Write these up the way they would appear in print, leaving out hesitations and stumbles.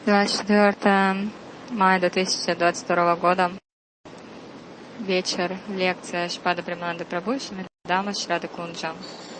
24 мая 2022 года. Вечер. Лекция Шрипада Премананды Прабху Шримад-Дхама Шрада Кунджа.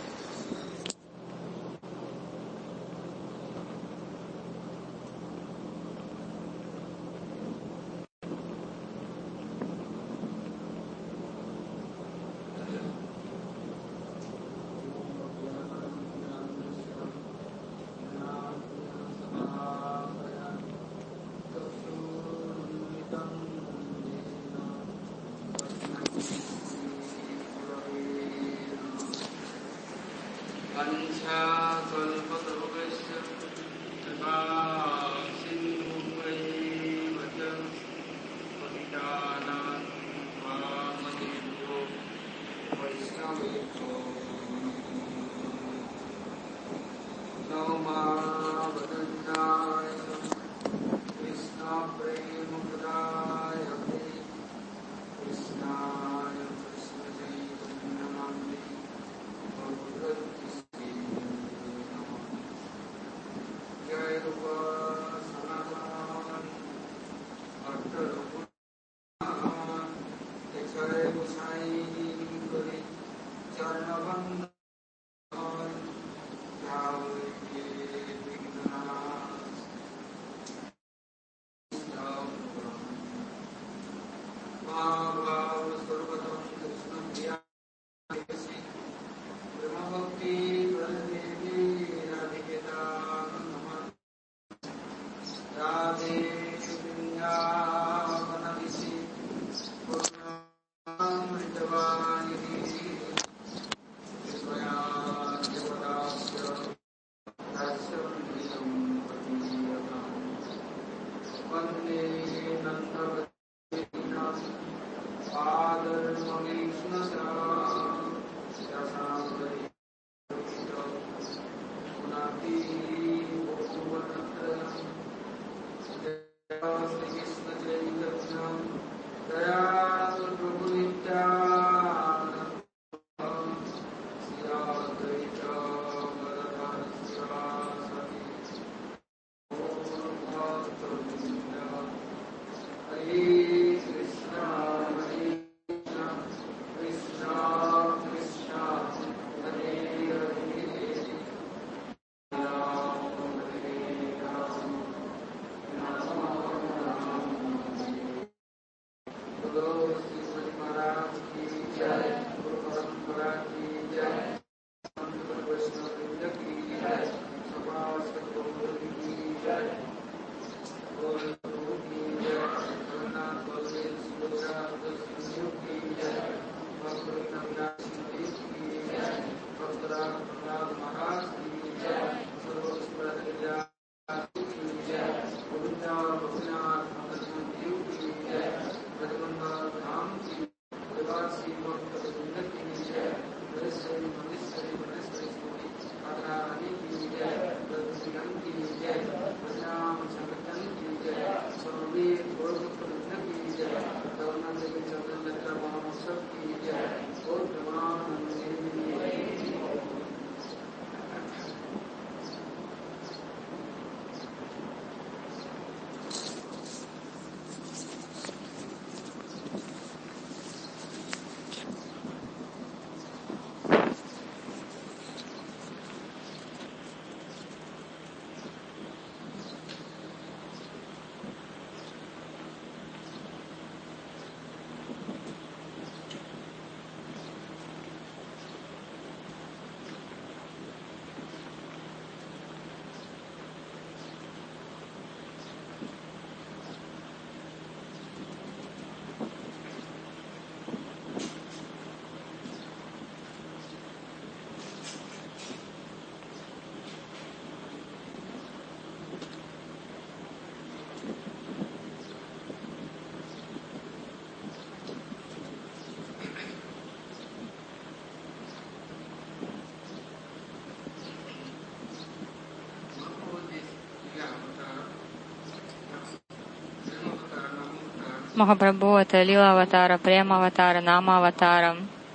Махапрабху — это лила-аватара, према-аватара, нама-аватара.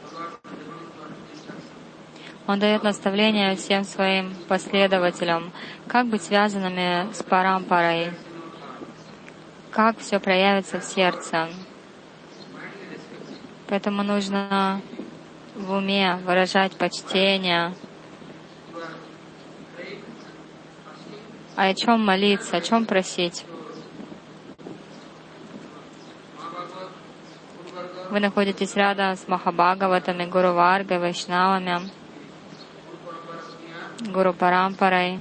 Он дает наставления всем своим последователям, как быть связанными с парампарой. как все проявится в сердце. Поэтому нужно в уме выражать почтение. А о чем молиться, о чем просить? Вы находитесь рядом с Махабхагаватами, Гуру Варгой, Вайшнавами, Гуру Парампарой.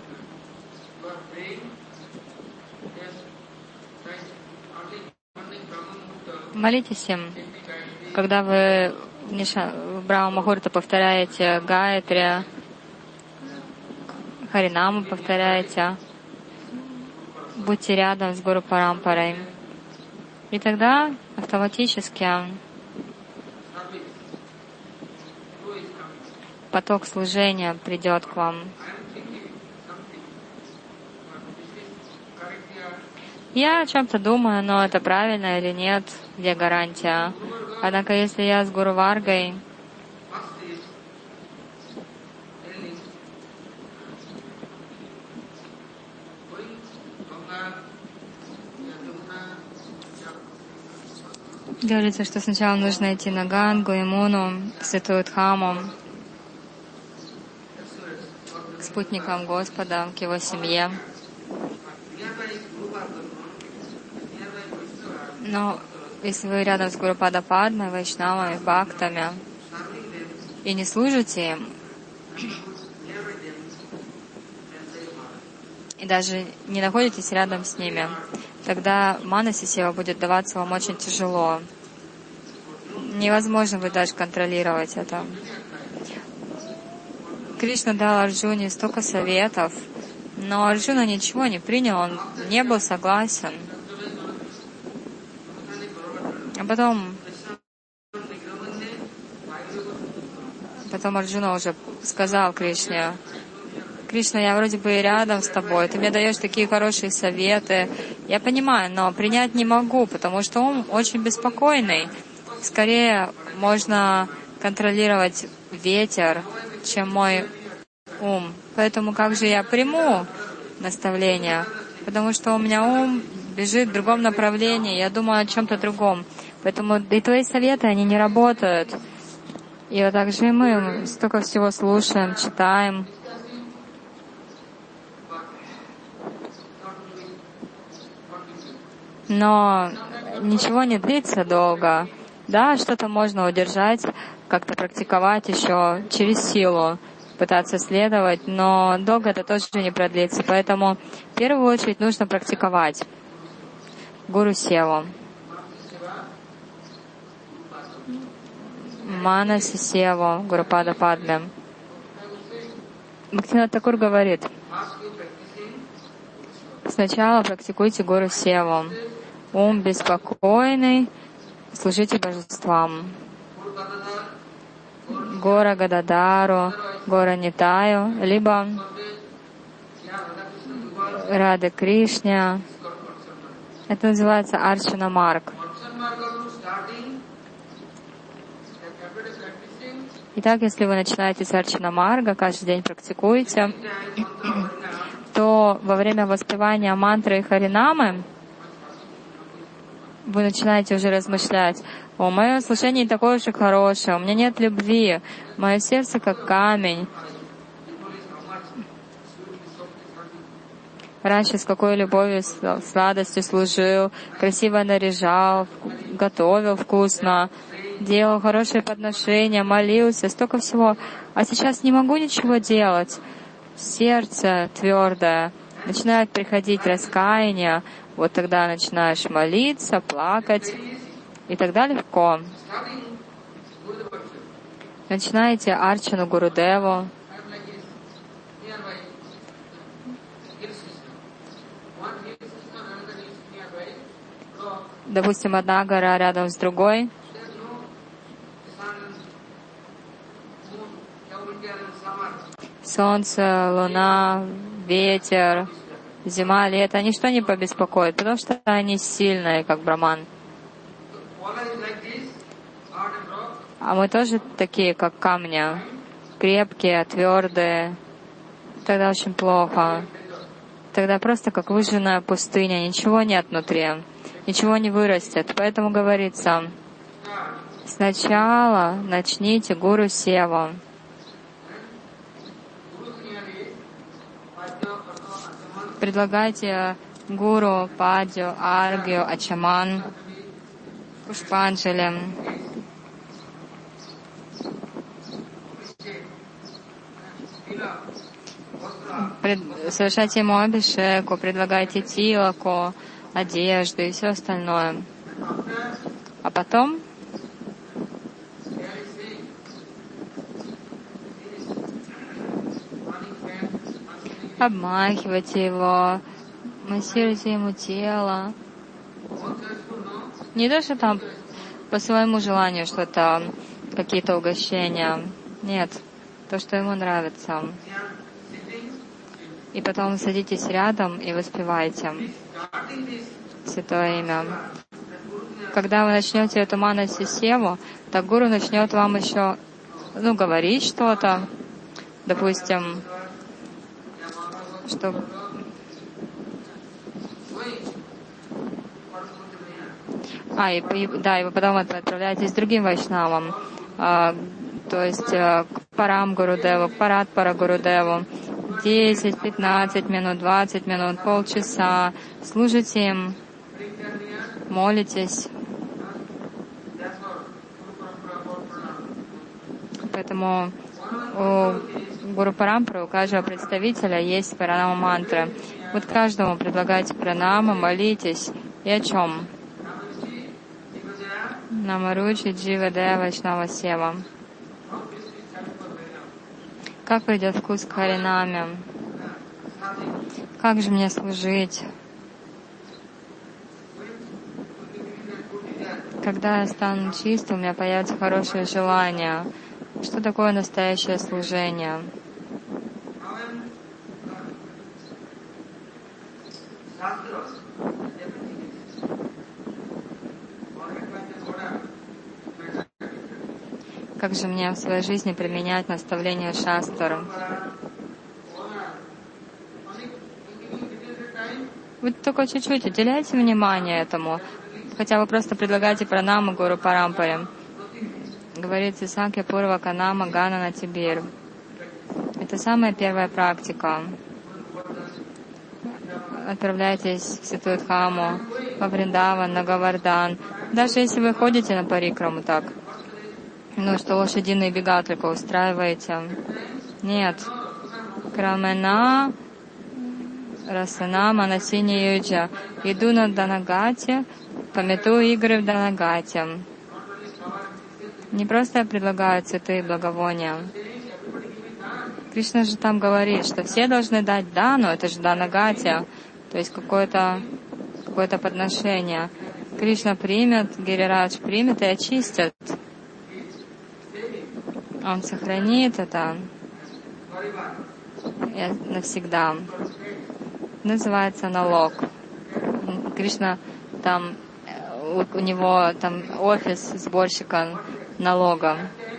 Молитесь им. Когда вы в Брахма-мухурта повторяете Гаятри, Харинаму повторяете, будьте рядом с Гуру Парампарой. И тогда автоматически поток служения придет к вам. Я о чем-то думаю, но это правильно или нет, где гарантия. Однако, если я с Гуру Варгой, говорится, что сначала нужно идти на Гангу, Ямуну, Святую Дхаму, к спутникам Господа, к Его семье. Но если вы рядом с Гуру Падападмой, Вайшнавами, Бхактами и не служите им, и даже не находитесь рядом с ними, тогда манаси сева будет даваться вам очень тяжело. Невозможно будет даже контролировать это. Кришна дал Арджуне столько советов, но Арджуна ничего не принял, он не был согласен. А потом Арджуна уже сказал Кришне: Кришна, я вроде бы и рядом с тобой, ты мне даешь такие хорошие советы. Я понимаю, но принять не могу, потому что он очень беспокойный. Скорее можно контролировать ветер, чем мой ум. Поэтому как же я приму наставление? Потому что у меня ум бежит в другом направлении, я думаю о чем-то другом. Поэтому и твои советы, они не работают. И вот так же и мы столько всего слушаем, читаем. Но ничего не длится долго. Да, что-то можно удержать, как-то практиковать еще через силу, пытаться следовать, но долго это тоже не продлится. Поэтому в первую очередь нужно практиковать Гуру Севу. Манаси Севу, Гуру Пада Падме. Бхактивинод Такур говорит: сначала практикуйте Гуру Севу. Ум беспокойный, служите божествам. Гора Гададару, Гора Нитаю, либо Рады Кришне. Это называется Арчана Марг. Итак, если вы начинаете с Арчана Марга, каждый день практикуете, то во время воспевания мантры и харинамы вы начинаете уже размышлять: о, мое служение не такое уж и хорошее, у меня нет любви, мое сердце как камень. Раньше с какой любовью, сладостью служил, красиво наряжал, готовил вкусно, делал хорошие подношения, молился, столько всего. А сейчас не могу ничего делать. Сердце твердое, начинает приходить раскаяние, вот тогда начинаешь молиться, плакать, и тогда легко. Начинаете арчану Гурудеву. Допустим, одна гора рядом с другой. Солнце, луна, ветер, зима, лето, ничто не побеспокоит, потому что они сильные, как Браман. А мы тоже такие, как камни, крепкие, твердые. Тогда очень плохо. Тогда просто как выжженная пустыня, ничего нет внутри. ничего не вырастет. Поэтому говорится, сначала начните Гуру Севу. Предлагайте Гуру, Падью, Аргью, Ачаман, Пушпанджали. Совершайте ему абхишеку, предлагайте тилаку, одежду и все остальное. А потом обмахивайте его, массируйте ему тело. Не то, что там по своему желанию что-то, какие-то угощения. Нет, то, что ему нравится. И потом садитесь рядом и воспевайте Святое Имя. Когда вы начнете эту манаси севу, так Гуру начнет вам еще, говорить что-то, допустим, что и вы потом отправляетесь к другим вайшнавам, то есть к Парам Гурудеву, к Паратпара Гурудеву, 10, 15 минут, 20 минут, полчаса, служите им, молитесь. Поэтому у Гуру Парампры, у каждого представителя есть пранама мантра. Вот каждому предлагайте пранаму, молитесь. И о чем? Намаручи Джива Дева Вайшнава Сева. Как придет вкус к Харинаме? Как же мне служить? Когда я стану чистым, у меня появятся хорошие желания. Что такое настоящее служение? Как же мне в своей жизни применять наставления шастр? Вы только чуть-чуть уделяйте внимание этому. Хотя вы просто предлагаете пранаму Гуру Парампаре. Говорится Санкья Пурва Канама Гана Натибир. Это самая первая практика. Отправляйтесь в Святую Дхаму, во Вриндаван, на Гавардан. Даже если вы ходите на парикраму так, что лошадиные бега только устраиваете. Нет. Крамена Расана Манасини Юджа. Иду на Данагате, помету игры в Данагате. Не просто я предлагаю цветы и благовония. Кришна же там говорит, что все должны дать дану, это же данагати, то есть какое-то подношение. Кришна примет, Гирирадж примет и очистит. Он сохранит это навсегда. Называется налог. Кришна там, у него там офис сборщика налогов.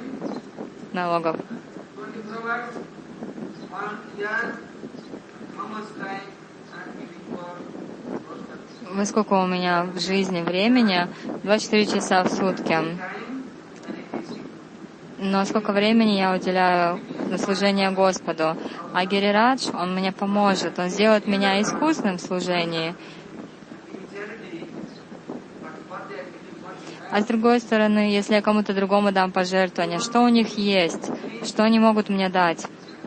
Во сколько у меня в жизни времени? 24 часа в сутки. Но сколько времени я уделяю на служение Господу? А Гирирадж, он мне поможет. Он сделает меня искусным в служении. А с другой стороны, если я кому-то другому дам пожертвования, что у них есть? Что они могут мне дать?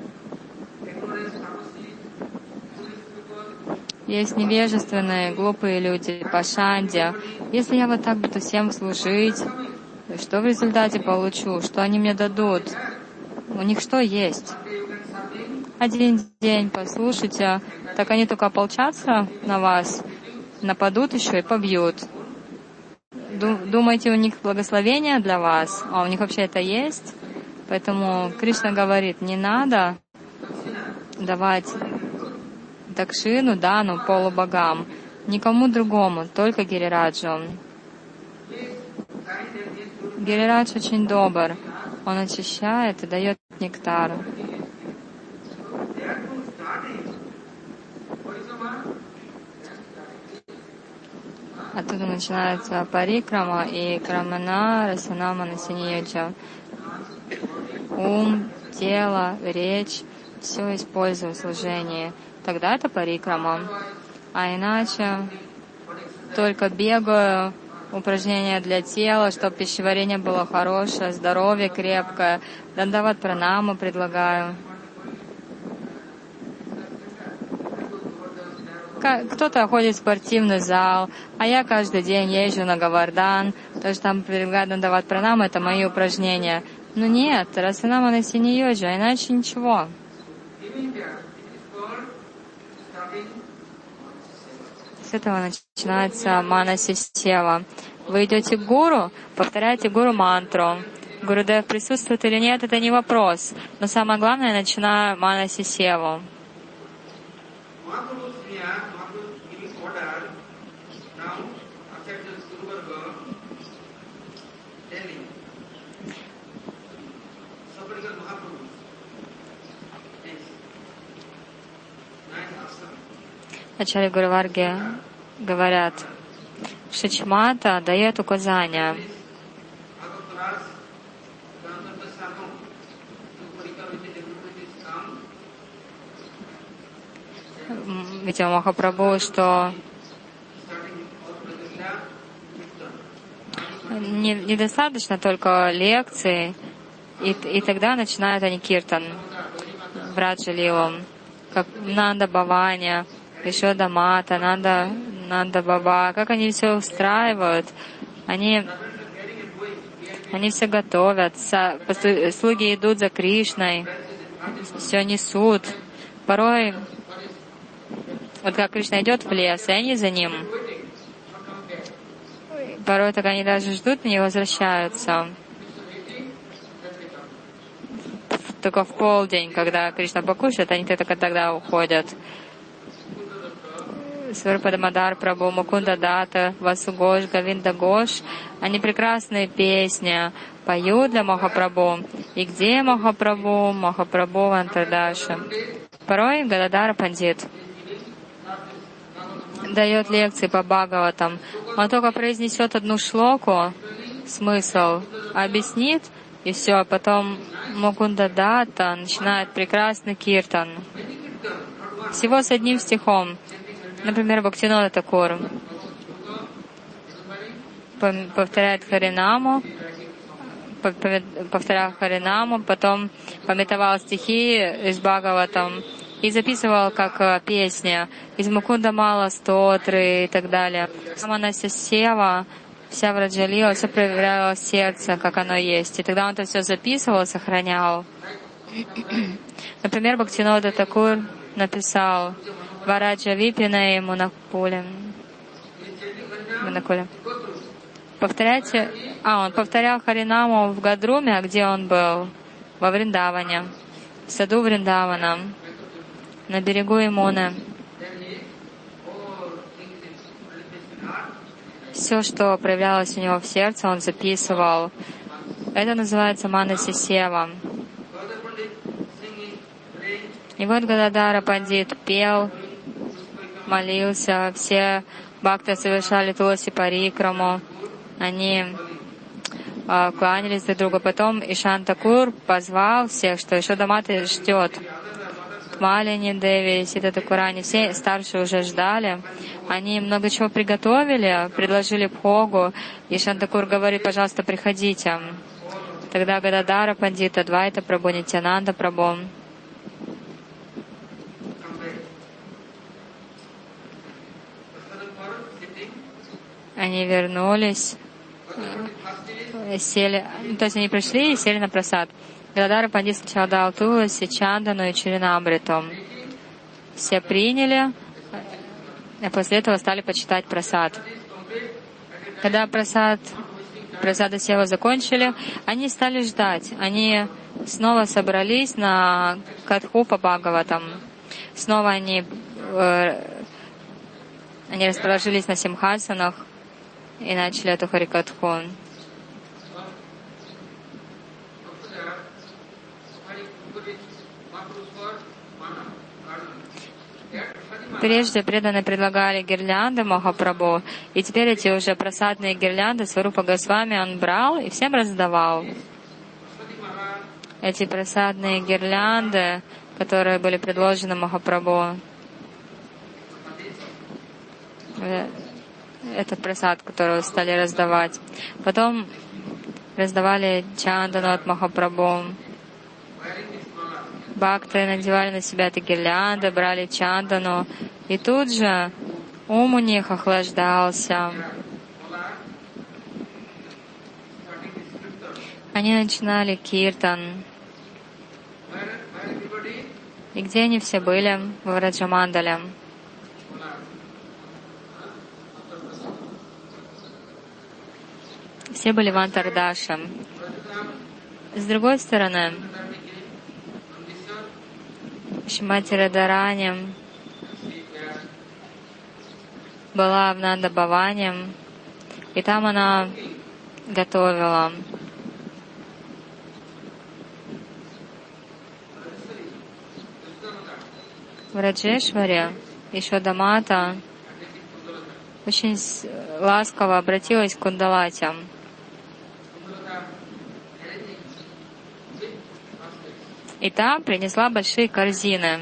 Есть невежественные, глупые люди, пашанди. Если я вот так буду всем служить, что в результате получу? Что они мне дадут? У них что есть? Один день послушайте, так они только ополчатся на вас, нападут еще и побьют. Думаете, у них благословение для вас? А у них вообще это есть? Поэтому Кришна говорит, не надо давать дакшину, дану полубогам, никому другому, только Гирираджу. Гирирадж очень добр. Он очищает и дает нектар. Оттуда начинается парикрама и крамана, расанама, насиньяджа. Ум, тело, речь, все использую в служении. Тогда это парикрама. А иначе только бегаю, упражнения для тела, чтобы пищеварение было хорошее, здоровье крепкое. Дандават пранаму предлагаю. Кто-то ходит в спортивный зал, а я каждый день езжу на Гавардан, потому что там предлагают дандават пранаму, это мои упражнения. Но нет, расанама насиньяджа, иначе ничего. С этого начинается манасисева. Вы идете к гуру, повторяете гуру мантру. Гурудев присутствует или нет, это не вопрос. Но самое главное, я начинаю манасисеву. Вначале Гуруварги говорят, Шичмата дает указания. Ведь у Махапрабху, что недостаточно только лекции, и тогда начинают они киртан, Браджа-лилу, как Нанда Баваня, Ишода Мата, Нанда Баба, как они все устраивают. Они все готовят, слуги идут за Кришной, все несут. Порой, вот как Кришна идет в лес, и они за ним. Порой так они даже ждут и не возвращаются. Только в полдень, когда Кришна покушает, они только тогда уходят. Сварупадамадар Прабху, Мукунда Дата, Васу Гош, Гавинда Гош. Они прекрасные песни поют для Махапрабху. И где Махапрабху? Махапрабху в Антардаше. Порой Гададара Пандит дает лекции по Бхагаватам. Он только произнесет одну шлоку, смысл, объяснит, и все. Потом Мукунда Дата начинает прекрасный киртан. Всего с одним стихом. Например, Бхактивинода Такур повторяет Харинаму, потом пометовал стихи из Бхагаватам и записывал как песня из Мукунда Мала, Стотры и так далее. Саманася Сева, вся Враджалила, все проверяла сердце, как оно есть. И тогда он это все записывал, сохранял. Например, Бхактивинода Такур написал Вараджа Випина и Мунакуле. Повторяйте. Он повторял Харинаму в Гадруме, где он был? Во Вриндаване, в саду Вриндавана, на берегу Ямуны. Все, что проявлялось у него в сердце, он записывал. Это называется Манасисева. И вот Гададара Пандит пел, молился, все бхакты совершали Туласи Парикраму, они кланялись друг другу. Потом Ишан Такур позвал всех, что Ишода Мата ждет. Кмалини Деви, Сита Такурани, все старшие уже ждали. Они много чего приготовили, предложили Бхогу. Ишан Такур говорит, пожалуйста, приходите. Тогда Гададара Пандита, Адвайта Прабху, Нитьянанда Прабху, они вернулись, сели, то есть они пришли и сели на прасад. Гададара Пандит сначала дал Туласи, Чандану и Чаринамриту. Все приняли, а после этого стали почитать прасад. Когда прасада сева закончили, они стали ждать. Они снова собрались на Катху по Бхагаватам. Снова они расположились на симхасанах и начали эту Харикатху. Прежде преданные предлагали гирлянды Махапрабху, и теперь эти уже просадные гирлянды Сварупа Госвами он брал и всем раздавал. Эти просадные гирлянды, которые были предложены Махапрабху, это просад, который стали раздавать. Потом раздавали чандану от Махапрабху. Бхакты надевали на себя эти гирлянды, брали чандану, и тут же ум у них охлаждался. Они начинали киртан. И где они все были? В Враджамандале. Все были в Антардаше. С другой стороны, Шримати Радарани была в Нанда-Бхаване, и там она готовила. В Раджешваре Ешодамата очень ласково обратилась к Кундалате. И там принесла большие корзины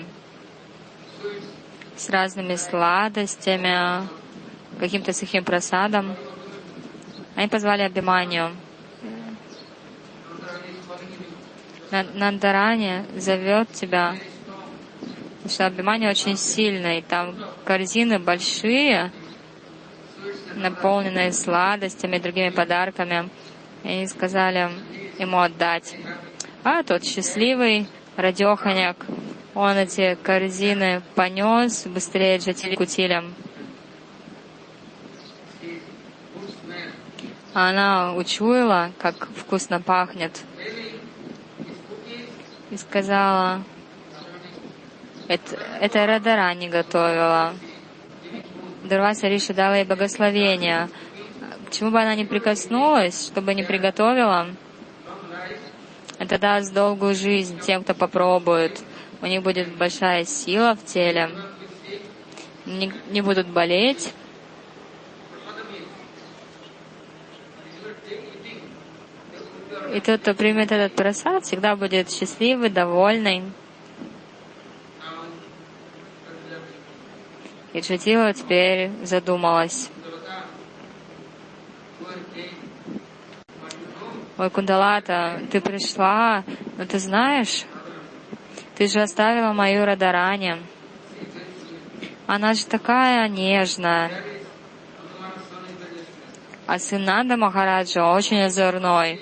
с разными сладостями, каким-то сухим просадом. Они позвали Абхиманью. Нандарани зовет тебя, потому что Абхиманью очень сильный. Там корзины большие, наполненные сладостями и другими подарками. И они сказали ему отдать. А тот счастливый радеханяк, он эти корзины понес быстрее Джатили Кутилем. Она учуяла, как вкусно пахнет, и сказала, это Радарани готовила. Дурваса Риши дала ей благословение. К чему бы она ни прикоснулась, чтобы не приготовила, это даст долгую жизнь тем, кто попробует. У них будет большая сила в теле, не будут болеть. И тот, кто примет этот прасад, всегда будет счастливый, довольный. И Джатила теперь задумалась. Ой, Кундалата, ты пришла, но ты знаешь, ты же оставила мою Радарани. Она же такая нежная. А сын Нанда Махараджа очень озорной.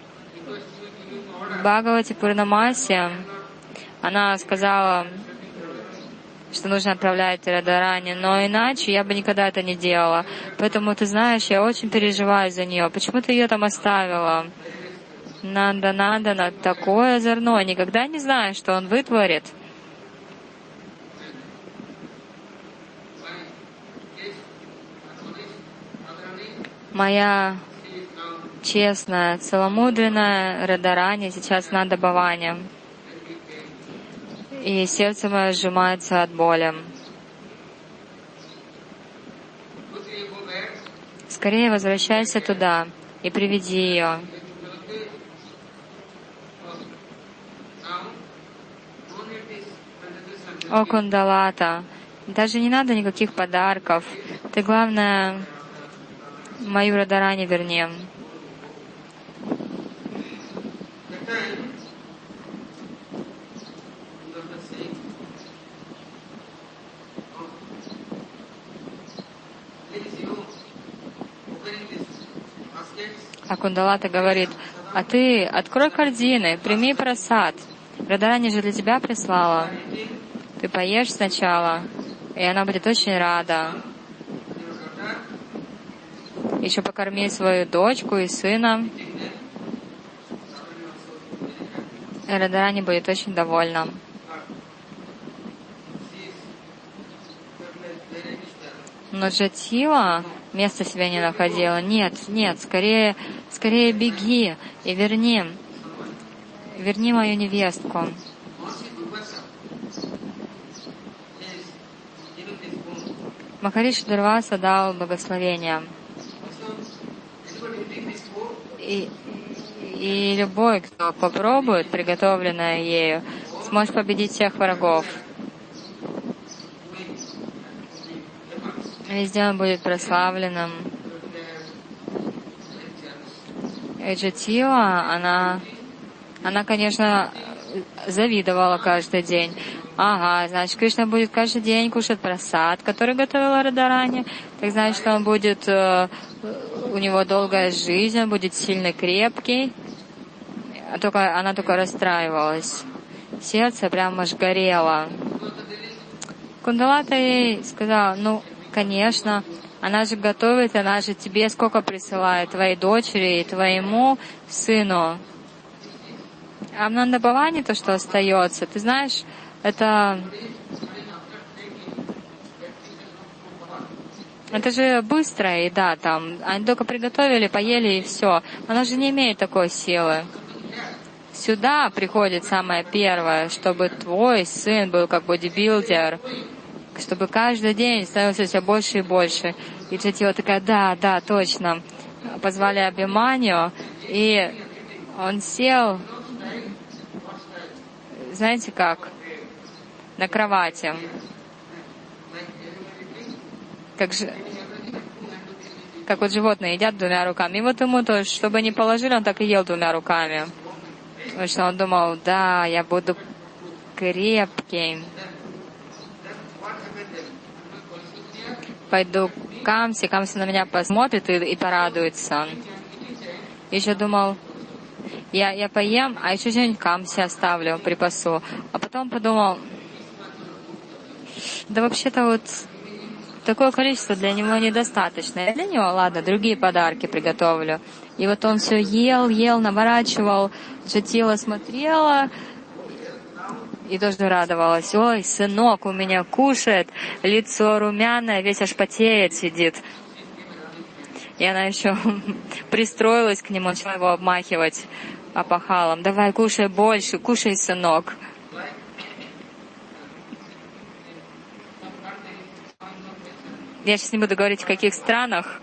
В Бхагавати Пурнамасе она сказала, что нужно отправлять Радарани, но иначе я бы никогда это не делала. Поэтому, ты знаешь, я очень переживаю за нее. Почему ты ее там оставила? Нанда такой озорной, никогда не знаешь, что он вытворит. Моя честная, целомудренная Радарани сейчас в Нанда-Бхаване. И сердце мое сжимается от боли. Скорее возвращайся туда и приведи ее. О, Кундалата, даже не надо никаких подарков. Ты, главное, мою Радарани верни. А Кундалата говорит, а ты открой корзины, прими прасад. Радарани же для тебя прислала. Ты поешь сначала, и она будет очень рада. Еще покорми свою дочку и сына. И Радарани будет очень довольна. Но Джатила места себе не находила. Нет, скорее беги и верни мою невестку. Махариши Дурваса дал благословение. И любой, кто попробует приготовленное ею, сможет победить всех врагов. Везде он будет прославленным. И Джатила, она, конечно, завидовала каждый день. Ага, значит, Кришна будет каждый день кушать прасад, который готовила Радарани. Так значит, он будет, у него долгая жизнь, он будет сильный, крепкий. Она только расстраивалась. Сердце прямо аж горело. Кундалата ей сказала, конечно, она же готовит, она же тебе сколько присылает, твоей дочери и твоему сыну. А в Нандабаване то, что остается, ты знаешь, это же быстрая еда там. Они только приготовили, поели и все. Она же не имеет такой силы. Сюда приходит самое первое, чтобы твой сын был как бодибилдер, чтобы каждый день становился все больше и больше. И Джатила такая, да, точно. Позвали Абхиманью, и он сел, знаете как, на кровати. Как вот животные едят двумя руками. И вот ему тоже, чтобы не положили, он так и ел двумя руками. Потому что он думал, да, я буду крепкий. Пойду к Камсе на меня посмотрит и порадуется. Еще думал, я поем, а еще что-нибудь Камсе оставлю, припасу. А потом подумал, да вообще-то вот такое количество для него недостаточно. Я для него, ладно, другие подарки приготовлю. И вот он все ел, наворачивал. Джатила смотрела и тоже радовалась. Ой, сынок у меня кушает, лицо румяное, весь аж потеет, сидит. И она еще пристроилась к нему, начала его обмахивать опахалом. Давай, кушай больше, кушай, сынок. Я сейчас не буду говорить, в каких странах.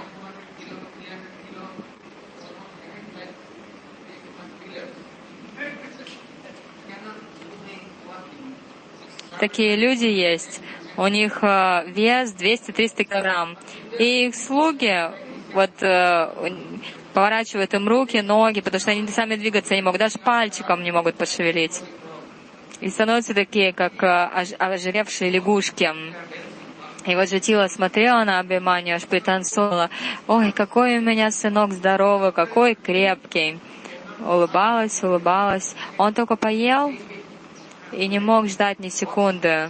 Такие люди есть. У них вес 200-300 килограмм. И их слуги поворачивают им руки, ноги, потому что они сами двигаться не могут, даже пальчиком не могут пошевелить. И становятся такие, как ожиревшие лягушки. И вот Джатила смотрела на Абхиманью, аж пританцовала. Ой, какой у меня сынок здоровый, какой крепкий. Улыбалась. Он только поел и не мог ждать ни секунды.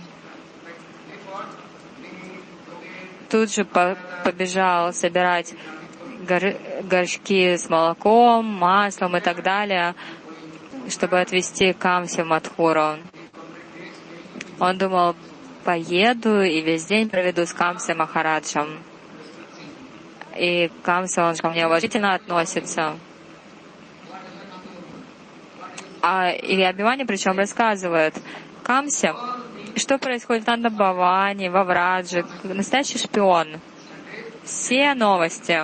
Тут же побежал собирать горшки с молоком, маслом и так далее, чтобы отвезти Камсе в Мадхуру. Он думал, поеду и весь день проведу с Камсой Махараджем. И Камса, он же ко мне уважительно относится. И Абхиманью причем рассказывает Камсе, что происходит в Нандабаване, во Врадже. Настоящий шпион. Все новости.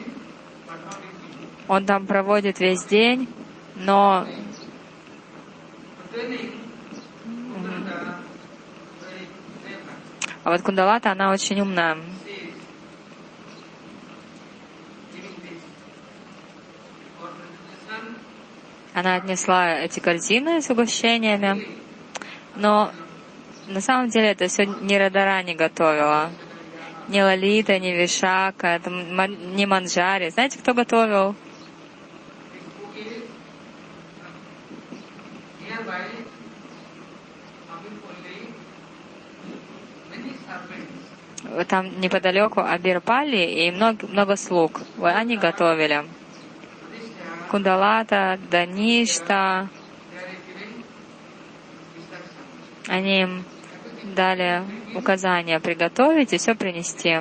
Он там проводит весь день, но а вот Кундалата, она очень умная. Она отнесла эти корзины с угощениями, но на самом деле это все не Радарани готовила. Ни Лалита, ни Вишака, ни Манджари. Знаете, кто готовил? Там неподалеку Абирпали и много слуг. Они готовили. Кундалата, Даништа. Они им дали указания приготовить и все принести.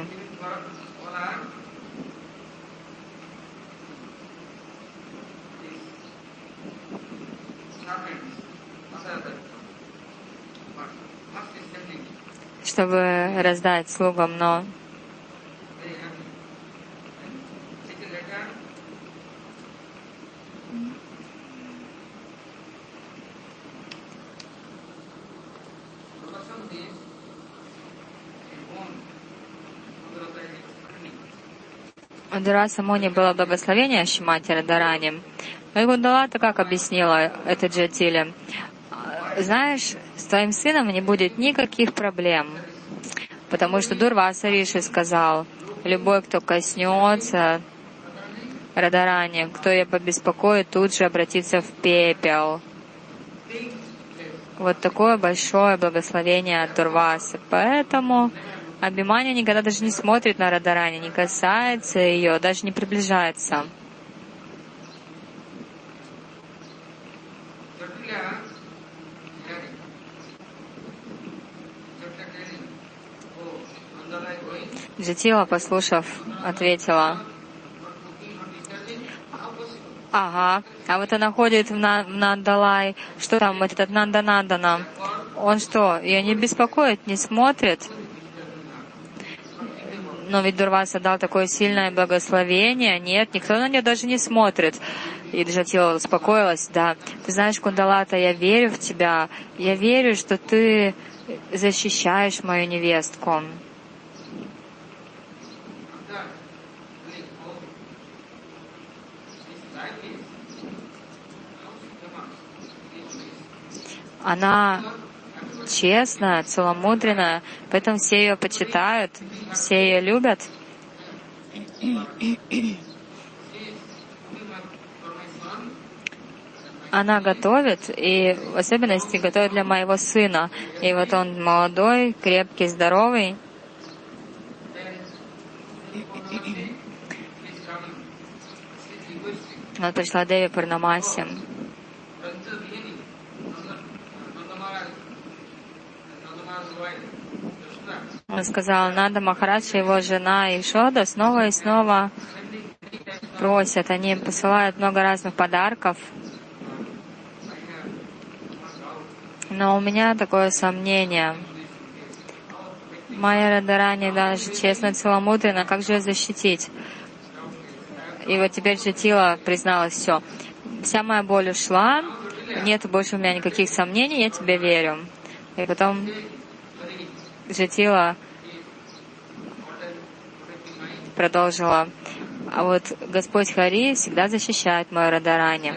чтобы раздать слугам, но у Дурваса Муни было благословение Шримати Радхарани. Но и Кундалата как объяснила это Джатиле? Знаешь, с твоим сыном не будет никаких проблем, потому что Дурваса Риши сказал, любой, кто коснется Радхарани, кто ее побеспокоит, тут же обратится в пепел. Вот такое большое благословение от Дурвасы. Поэтому Абхиманью никогда даже не смотрит на Радхарани, не касается ее, даже не приближается. Джатила, послушав, ответила: ага, а вот она ходит в Нандалай, что там, этот Нанданандана, он что, ее не беспокоит, не смотрит? Но ведь Дурваса дал такое сильное благословение, нет, никто на нее даже не смотрит. И Джатила успокоилась, да, ты знаешь, Кундалата, я верю в тебя, я верю, что ты защищаешь мою невестку. Она честная, целомудренная, поэтому все ее почитают, все ее любят. Она готовит, и в особенности готовит для моего сына. И вот он молодой, крепкий, здоровый. Вот пришла Деви Пурнамаси. Он сказал, Нанда Махарадж и его жена Ишода снова и снова просят. Они посылают много разных подарков. Но у меня такое сомнение. Моя Радхарани даже честно, целомудренно, как же ее защитить? И вот теперь Джатила призналась, все. Вся моя боль ушла, нет больше у меня никаких сомнений, я тебе верю. И потом Джатила продолжила, а вот Господь Хари всегда защищает мою Радхарани.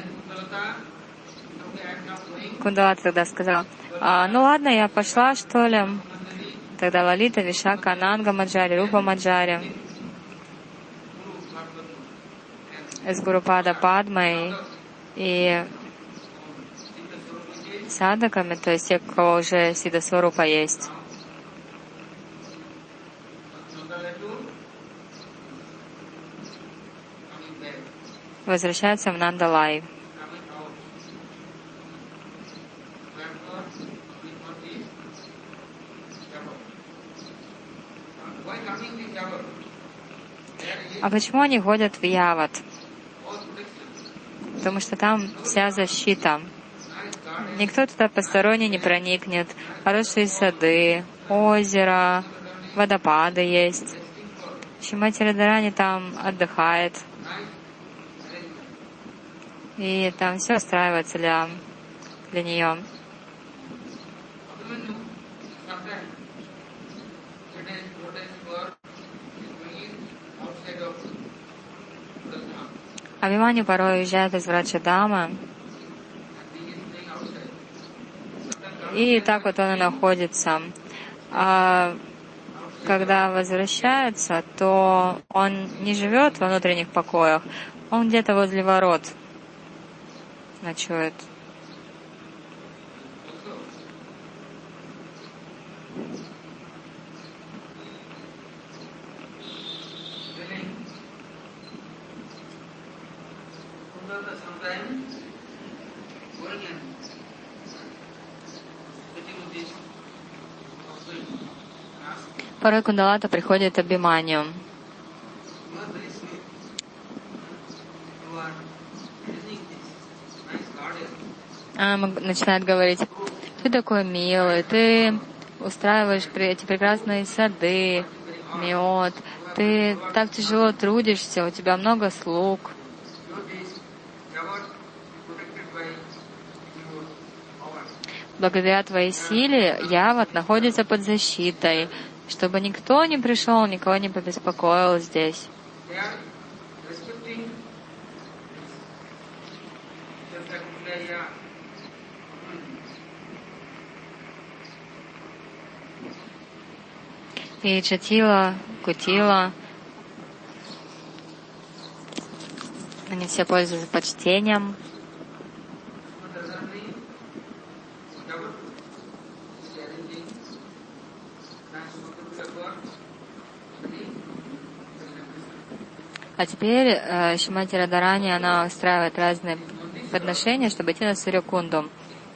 Кундалата тогда сказал, ну ладно, я пошла, что ли. Тогда Лалита, Вишака, Ананга Маджари, Рупа Маджари с Гурупада Падмой и садаками, то есть те, у кого уже Сидха Сварупа есть. Возвращаются в Нандалай. А почему они ходят в Яват? Потому что там вся защита. Никто туда посторонний не проникнет. Хорошие сады, озеро, водопады есть. Шримати Радхарани там отдыхает. И там все устраивается для нее. Абхиманью порой уезжает из Враджадамы, и так вот он и находится. А когда возвращается, то он не живет во внутренних покоях, он где-то возле ворот ночует. Порой Кундалата приходит Абхиманью. Она начинает говорить, ты такой милый, ты устраиваешь эти прекрасные сады, мед. Ты так тяжело трудишься, у тебя много слуг. Благодаря твоей силе Яват находится под защитой, чтобы никто не пришел, никого не побеспокоил здесь. И Джатила, Кутила, они все пользуются почтением. А теперь Шримати Радхарани, она устраивает разные подношения, чтобы идти на Сурьякунду.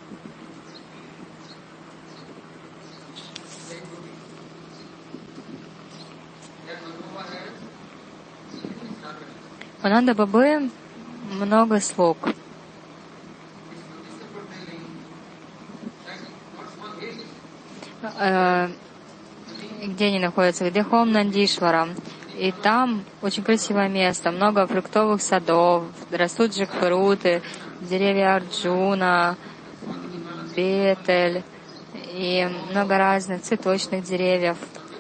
У Нанда Бабы много слуг. Где они находятся? Где Хом Нандишвара? И там очень красивое место, много фруктовых садов, растут джекфруты, деревья Арджуна, бетель и много разных цветочных деревьев.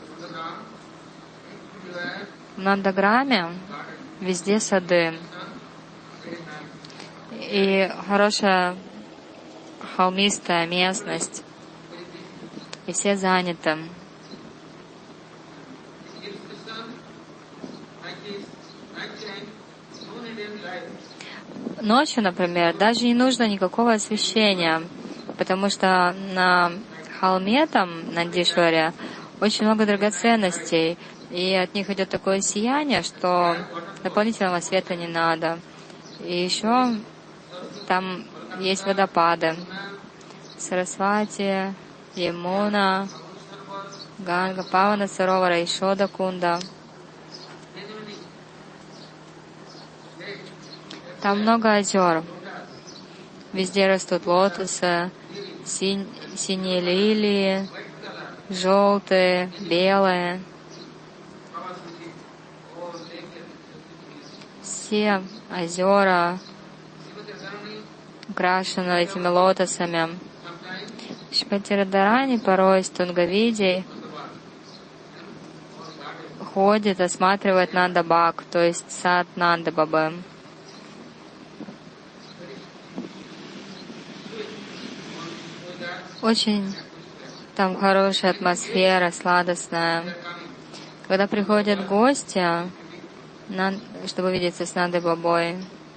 В Нандаграме везде сады и хорошая холмистая местность, и все заняты. Ночью, например, даже не нужно никакого освещения, потому что на холме там, на Нандишваре, очень много драгоценностей, и от них идет такое сияние, что дополнительного света не надо. И еще там есть водопады. Сарасвати, Ямуна, Ганга, Павана Саровара, Ишода Кунда. Там много озер. Везде растут лотосы, синие лилии, желтые, белые. Все озера украшены этими лотосами. Шримати Радхарани порой с Тунгавидей ходит, осматривает Нанда-Баг, то есть сад Нанда-Бабы. Очень там хорошая атмосфера, сладостная. Когда приходят гости, чтобы видеться с Нандой-Бабой,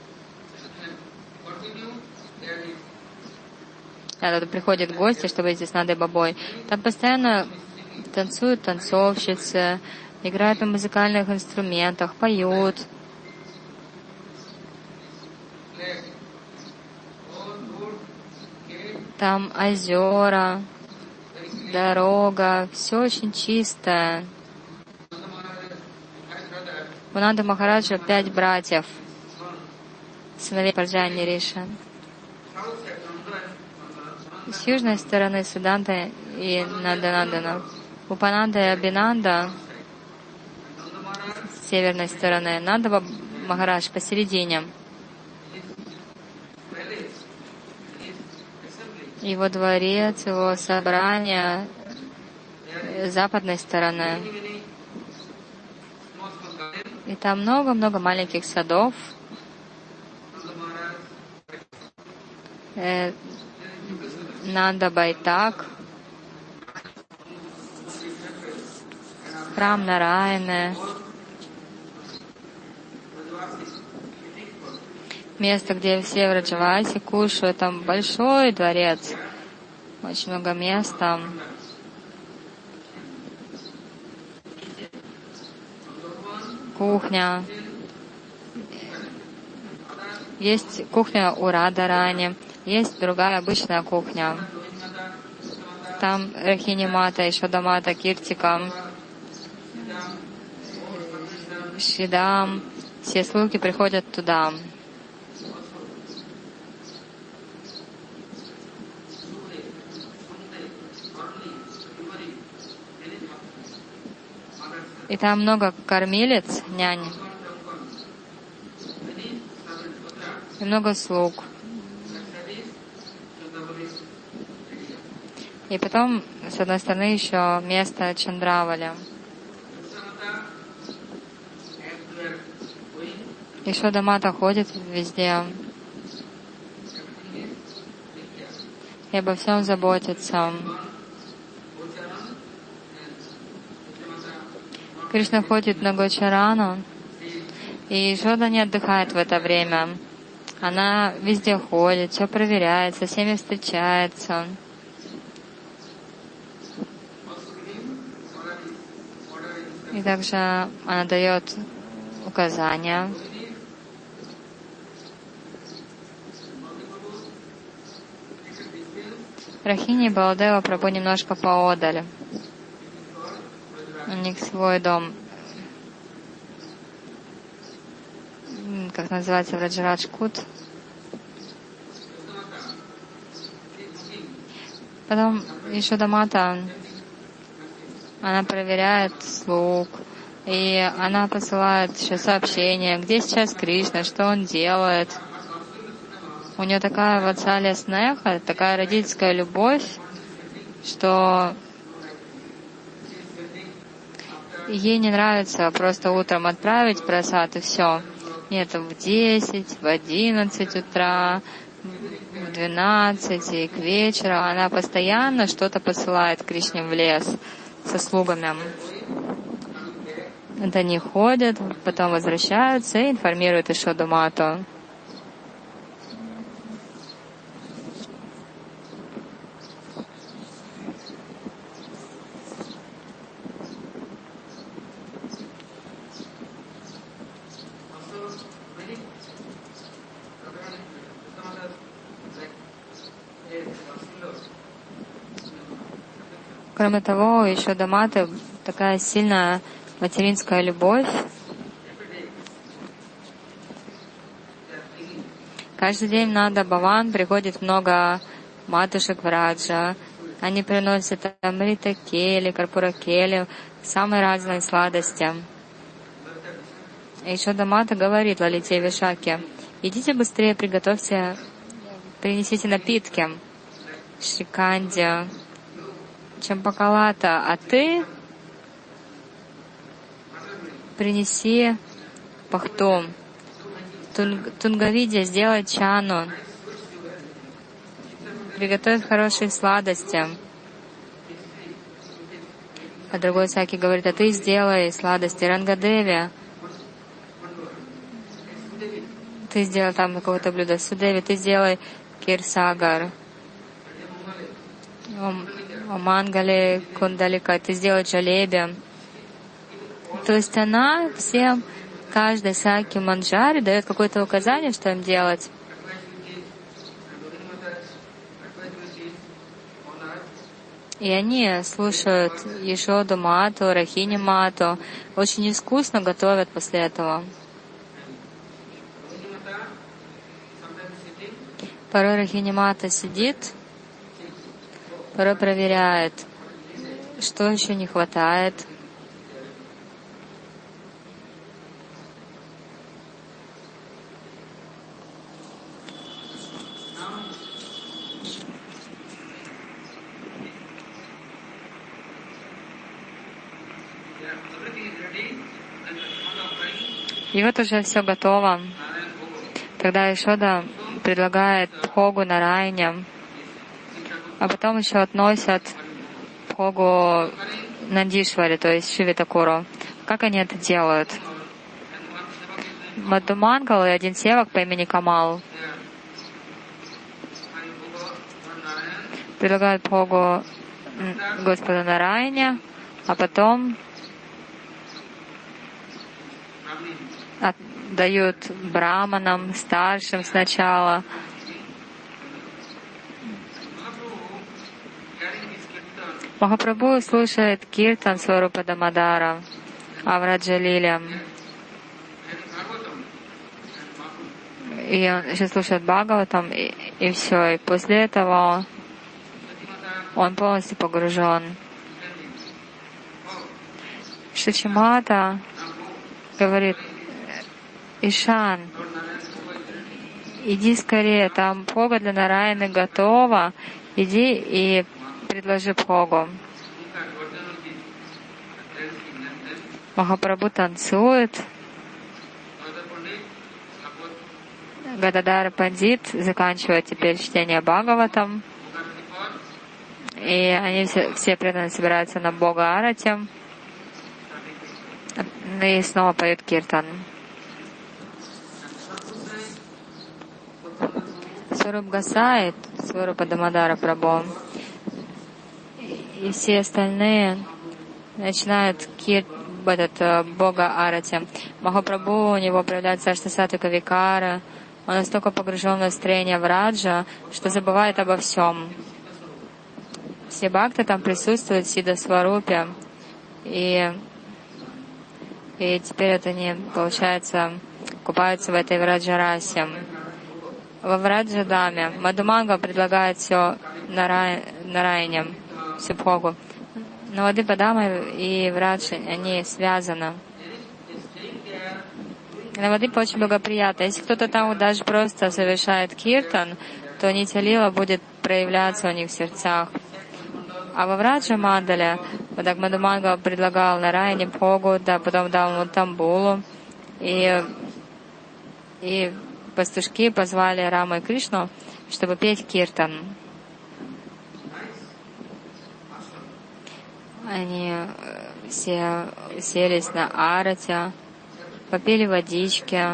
когда приходят гости, чтобы видеться с Нандой-Бабой, там постоянно танцуют танцовщицы, играют на музыкальных инструментах, поют. Там озера, дорога, все очень чистое. У Нанды Махараджа 5 братьев, сыновей Праджани Риши. С южной стороны Суданта и Нанданандана. Упананда и Абинанда с северной стороны. Нанда Махарадж посередине. Его дворец, его собрание с западной стороны. И там много-много маленьких садов. Нанда Байтак, храм Нараяны, место, где все в Раджавасе кушают, там большой дворец, очень много места. Кухня. Есть кухня у Радхарани, есть другая обычная кухня. Там Рахини Мата, Ишода Мата, Киртика, Шидам. Все слуги приходят туда. И там много кормилец, нянь, и много слуг. И потом, с одной стороны, еще место Чандравали. Ешода Мата ходит везде и обо всем заботится. Кришна ходит на Гочарану, и Ешода не отдыхает в это время. Она везде ходит, все проверяет, со всеми встречается. И также она дает указания. Рахини и Баладева Прабху немножко поодаль. У них свой дом. Как называется, Враджарадж-Кут. Потом Ешода Мата, она проверяет слуг, и она посылает еще сообщения, где сейчас Кришна, что он делает. У нее такая ватсалия снеха, такая родительская любовь, что ей не нравится просто утром отправить просад и все. Нет, в 10, в 11 утра, в 12 и к вечеру она постоянно что-то посылает Кришне в лес со слугами. Вот они ходят, потом возвращаются и информируют Ешоду Мату. Кроме того, еще до Маты такая сильная материнская любовь. Каждый день на Бхаван приходит много матушек Враджа. Они приносят амрита кели, карпура кели, самые разные сладости. И еще до Мата говорит Лалите Вишаке: идите быстрее, приготовьте, принесите напитки, шриканди, чампакалата, а ты принеси пахту. Тунгавидья, сделай чану, приготовь хорошие сладости. А другой Саки говорит: а ты сделай сладости. Рангадеви, ты сделай там какое-то блюдо. Судеви, ты сделай кирсагар. О Мангале, Кундалика, ты сделай джалеби. То есть она всем, каждой Саки Манджари дает какое-то указание, что им делать. И они слушают Ешоду Мату, Рахини Мату, очень искусно готовят после этого. Порой Рахини Мата сидит, порой проверяет, что еще не хватает. И вот уже все готово. Тогда Ешода предлагает Бхогу Нарайне, а потом еще относят Бхогу Нандишваре, то есть Шиве Такуру. Как они это делают? Мадхумангал и один севак по имени Камал предлагают Бхогу Господу Нарайне, а потом отдают браманам, старшим сначала. Махапрабху слушает киртан Сварупа Дамодара, Авраджа-лилям. И он еще слушает Бхагаватам, и все. И после этого он полностью погружен. Шичимата говорит: Ишан, иди скорее, там Бхога для Нараяны готова, иди и предложи Бхогу. Махапрабху танцует. Гададар Пандит заканчивает теперь чтение Бхагаватам. И они все преданные собираются на Бога Арати. И снова поют киртан. Сваруб Гасай, Сварупа Дамодара Прабху и все остальные начинают Бога Арати. Махапрабху, у него проявляется Аштасатвика Викара. Он настолько погружен в настроение Враджа, что забывает обо всем. Все бхакты там присутствуют в Сидха Сварупе. И теперь это они, получается, купаются в этой Враджарасе. Во Враджадаме Мадхуманга предлагает все Нараяне, всю Бхогу. Но Навадипа и Врадж, они связаны. Навадипа очень благоприятна. Если кто-то там даже просто совершает киртан, то нитя-лила будет проявляться у них в сердцах. А во Враджа Мандале, вот так Мадхуманга предлагал Нараяне Бхогу, да, потом дал ему тамбулу, и пастушки позвали Раму и Кришну, чтобы петь киртан. Они все селись на арате, попили водички.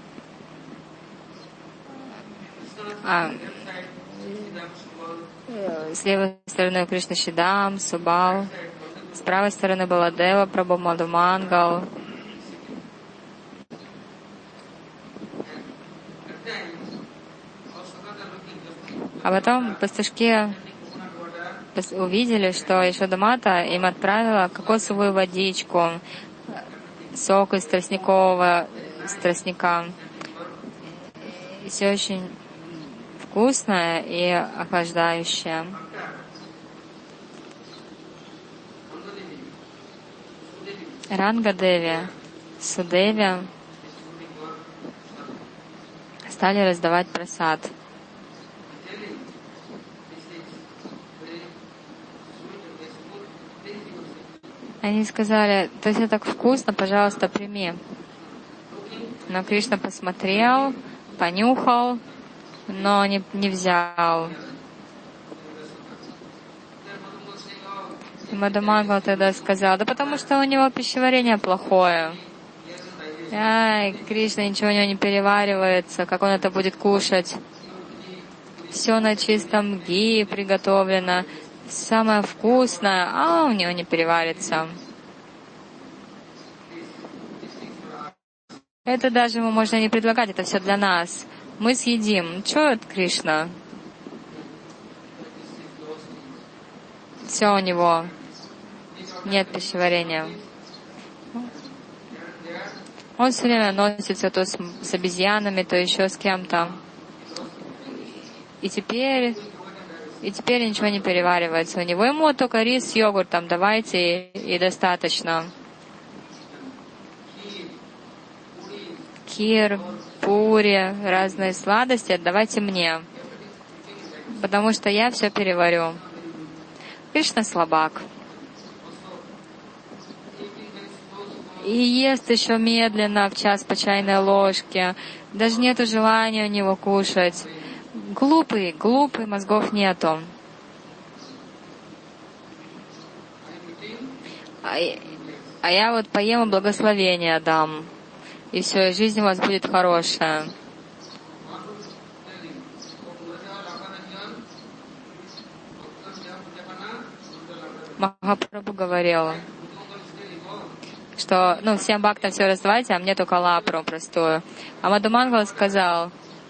С левой стороны Кришна Шидам, Субал, с правой стороны Баладева, Прабху Мадхумангал. А потом пастушки увидели, что Ешода-мата им отправила кокосовую водичку, сок из тростника. И все очень вкусное и охлаждающее. Ранга-деви, Судеви стали раздавать прасад. Они сказали: то есть это так вкусно, пожалуйста, прими. Но Кришна посмотрел, понюхал, но не взял. И Мадхумангал тогда сказал: да потому что у него пищеварение плохое. Ай, Кришна, ничего у него не переваривается, как он это будет кушать. Все на чистом ги приготовлено, самое вкусное, а у него не переварится. Это даже ему можно не предлагать, это все для нас. Мы съедим. Чего это Кришна? Все у него. Нет пищеварения. Он все время носится то с обезьянами, то еще с кем-то. И теперь ничего не переваривается у него. Ему только рис с йогуртом давайте и достаточно. Кир, пури, разные сладости отдавайте мне, потому что я все переварю. Кришна слабак. И ест еще медленно, в час по чайной ложке. Даже нету желания у него кушать. Глупый, мозгов нету. А я вот поем и благословение дам. И все, и жизнь у вас будет хорошая. Махапрабху говорил, что всем бхактам все раздавайте, а мне только лапру простую. А Мадхумангал сказал: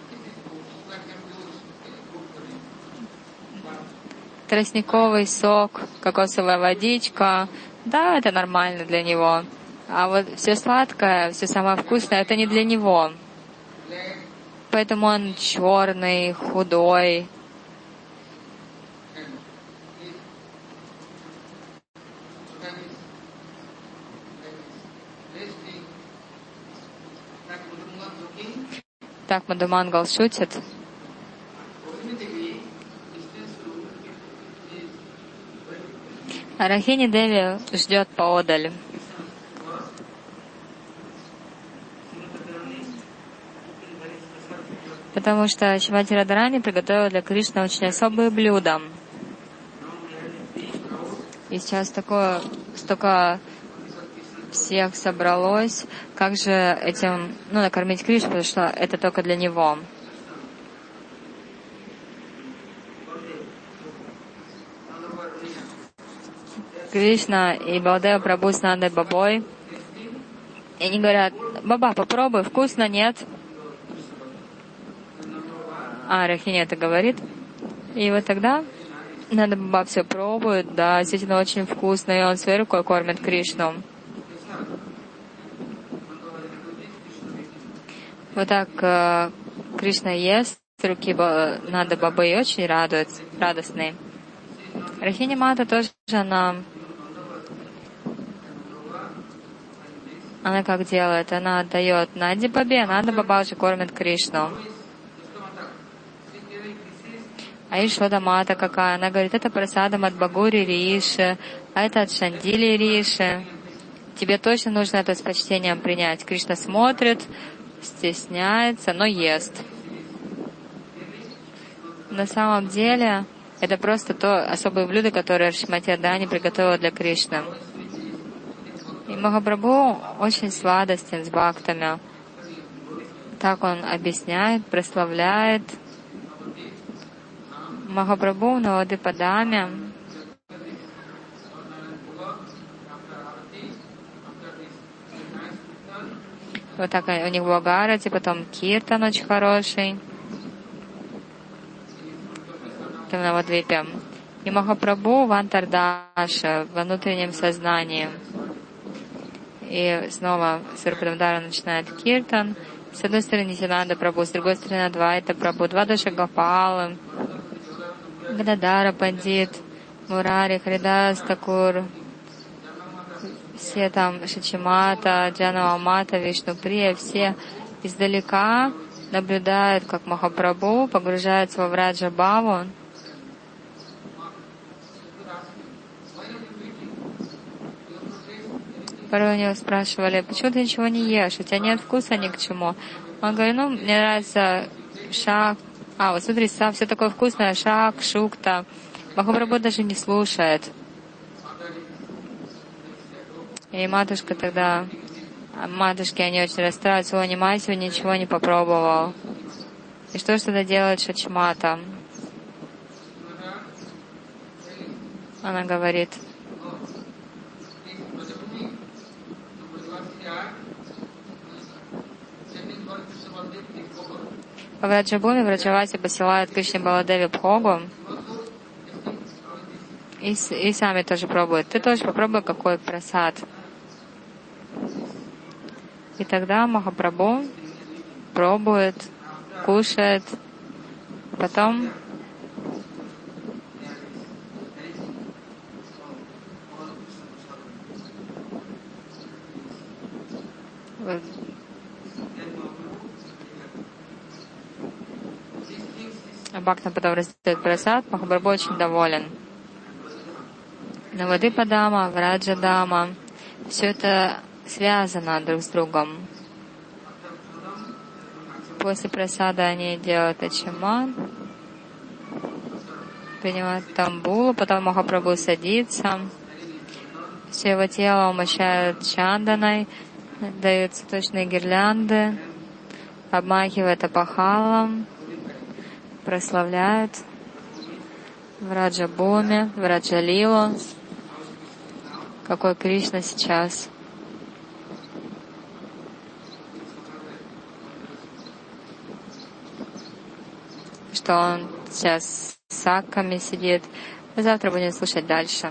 тростниковый сок, кокосовая водичка, да, это нормально для него. А вот все сладкое, все самое вкусное, это не для него. Поэтому он черный, худой. Так Мадхумангал шутит. Рахини Деви ждет поодаль. Потому что Шримати Радхарани приготовила для Кришны очень особые блюда. И сейчас столько всех собралось. Как же этим, накормить Кришну, потому что это только для него. Кришна и Балдева Прабху с Нандой Бабой. И они говорят: Баба, попробуй, вкусно, нет? А Рахини это говорит. И вот тогда Нанда Баба все пробует, да, действительно очень вкусно, и он своей рукой кормит Кришну. Вот так Кришна ест, руки Нанда Бабы и очень радостный. Рахини Мата тоже, она как делает? Она отдает Нанде Бабе, а Нанда Баба уже кормит Кришну. А Ишода Мата какая? Она говорит: это прасадам от Багури Риши, а это от Шандили Риши. Тебе точно нужно это с почтением принять. Кришна смотрит, стесняется, но ест. На самом деле, это просто то особое блюдо, которое Шримати Радхарани приготовила для Кришны. И Махапрабху очень сладостен с бхактами. Так он объясняет, прославляет. Махапрабху на Навадипадаме вот так у них в Агарате, потом Киртан очень хороший. Там на Навадвипе. И Махапрабху в Антардаше, во внутреннем сознании. И снова Сварупадамдара начинает Киртан. С одной стороны Нитянанда Прабху, с другой стороны Адвайта Прабху, Двадаша Гопалы, Гададара Пандит, Мурари, Харидас Такур, все там Шачимата, Джанава Мата, Вишнуприя, все издалека наблюдают, как Махапрабху погружается во Враджа Бхаву. Порой у него спрашивали: почему ты ничего не ешь? У тебя нет вкуса ни к чему. Он говорит: мне нравится шак. Вот смотри, все такое вкусное, шак, шукта. Махапрабху даже не слушает. И матушки, они очень расстраиваются: о, Нимай сегодня ничего не попробовал. И что же тогда делает Шачимата? Она говорит: в Враджабхуми Враджаваси посылают Кришне Баладеве Бхогу и сами тоже пробуют. Ты тоже попробуй, какой прасад. И тогда Махапрабху пробует, кушает, потом Бхактам потом раздает прасад, Махапрабху очень доволен. Навадипадама, Враджадама, все это связано друг с другом. После прасада они делают ачаман, принимают тамбулу, потом Махапрабху садится, все его тело умощают чанданой, дают цветочные гирлянды, обмахивают апахалом, прославляют Враджабхуми, Враджалилу, какой Кришна сейчас. Что он сейчас с сакками сидит. Мы завтра будем слушать дальше.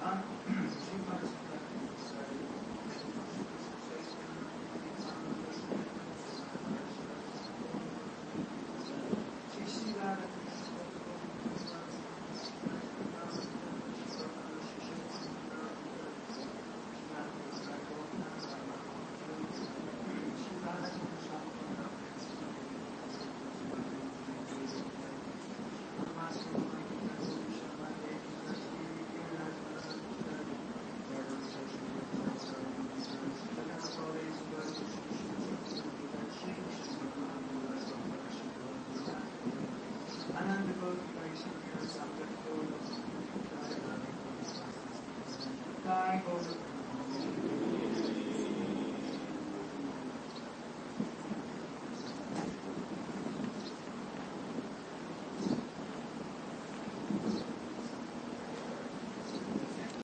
Thy